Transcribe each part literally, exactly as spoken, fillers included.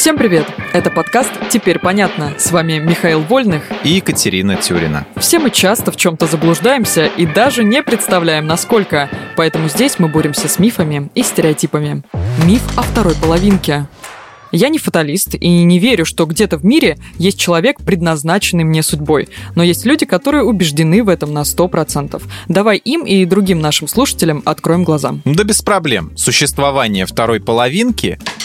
Всем привет! Это подкаст «Теперь понятно». С вами Михаил Вольных и Екатерина Тюрина. Все мы часто в чем-то заблуждаемся и даже не представляем, насколько. Поэтому здесь мы боремся с мифами и стереотипами. Миф о второй половинке. Я не фаталист и не верю, что где-то в мире есть человек, предназначенный мне судьбой. Но есть люди, которые убеждены в этом на сто процентов. Давай им и другим нашим слушателям откроем глаза. Да без проблем. Существование второй половинки —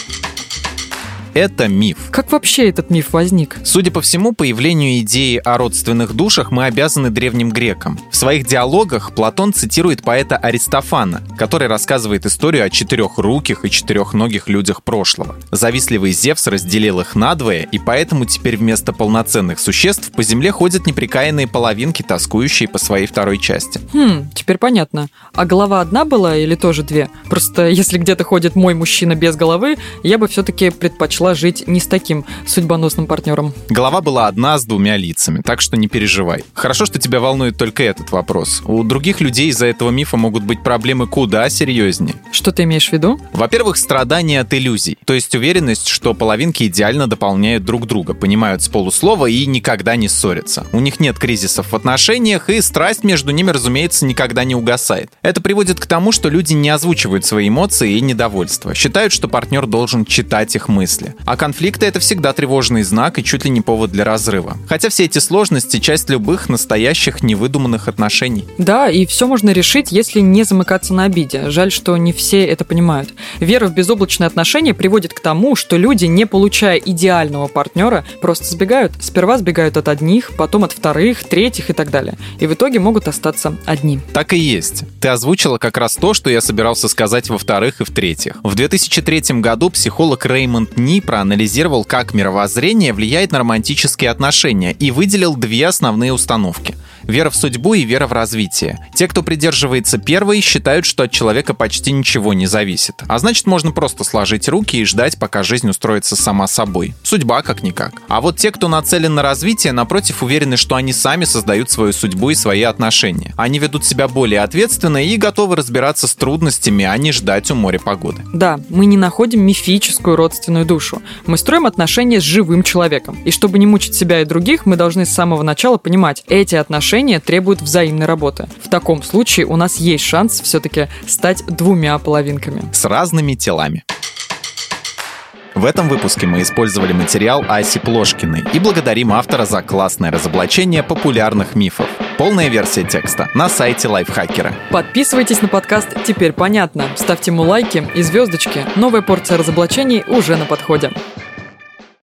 это миф. Как вообще этот миф возник? Судя по всему, появлению идеи о родственных душах мы обязаны древним грекам. В своих диалогах Платон цитирует поэта Аристофана, который рассказывает историю о четырехруких и четырехногих людях прошлого. Завистливый Зевс разделил их надвое, и поэтому теперь вместо полноценных существ по земле ходят неприкаянные половинки, тоскующие по своей второй части. Хм, теперь понятно. А голова одна была или тоже две? Просто если где-то ходит мой мужчина без головы, я бы все-таки предпочла жить не с таким судьбоносным партнером. Голова была одна с двумя лицами, так что не переживай. Хорошо, что тебя волнует только этот вопрос. У других людей из-за этого мифа могут быть проблемы куда серьезнее. Что ты имеешь в виду? Во-первых, страдания от иллюзий, то есть уверенность, что половинки идеально дополняют друг друга, понимают с полуслова и никогда не ссорятся. У них нет кризисов в отношениях, и страсть между ними, разумеется, никогда не угасает. Это приводит к тому, что люди не озвучивают свои эмоции и недовольство, считают, что партнер должен читать их мысли. А конфликты — это всегда тревожный знак и чуть ли не повод для разрыва. Хотя все эти сложности — часть любых настоящих невыдуманных отношений. Да, и все можно решить, если не замыкаться на обиде. Жаль, что не все это понимают. Вера в безоблачные отношения приводит к тому, что люди, не получая идеального партнера, просто сбегают. Сперва сбегают от одних, потом от вторых, третьих и так далее. И в итоге могут остаться одни. Так и есть. Ты озвучила как раз то, что я собирался сказать во-вторых и в-третьих. В две тысячи третьем году психолог Реймонд Ни проанализировал, как мировоззрение влияет на романтические отношения, и выделил две основные установки — вера в судьбу и вера в развитие. Те, кто придерживается первой, считают, что от человека почти ничего не зависит. А значит, можно просто сложить руки и ждать, пока жизнь устроится сама собой. Судьба как-никак. А вот те, кто нацелен на развитие, напротив, уверены, что они сами создают свою судьбу и свои отношения. Они ведут себя более ответственно и готовы разбираться с трудностями, а не ждать у моря погоды. Да, мы не находим мифическую родственную душу. Мы строим отношения с живым человеком. И чтобы не мучить себя и других, мы должны с самого начала понимать, эти отношения требуют взаимной работы. В таком случае у нас есть шанс все-таки стать двумя половинками. С разными телами. В этом выпуске мы использовали материал Аси Плошкиной и благодарим автора за классное разоблачение популярных мифов. Полная версия текста на сайте Лайфхакера. Подписывайтесь на подкаст «Теперь понятно». Ставьте ему лайки и звездочки. Новая порция разоблачений уже на подходе.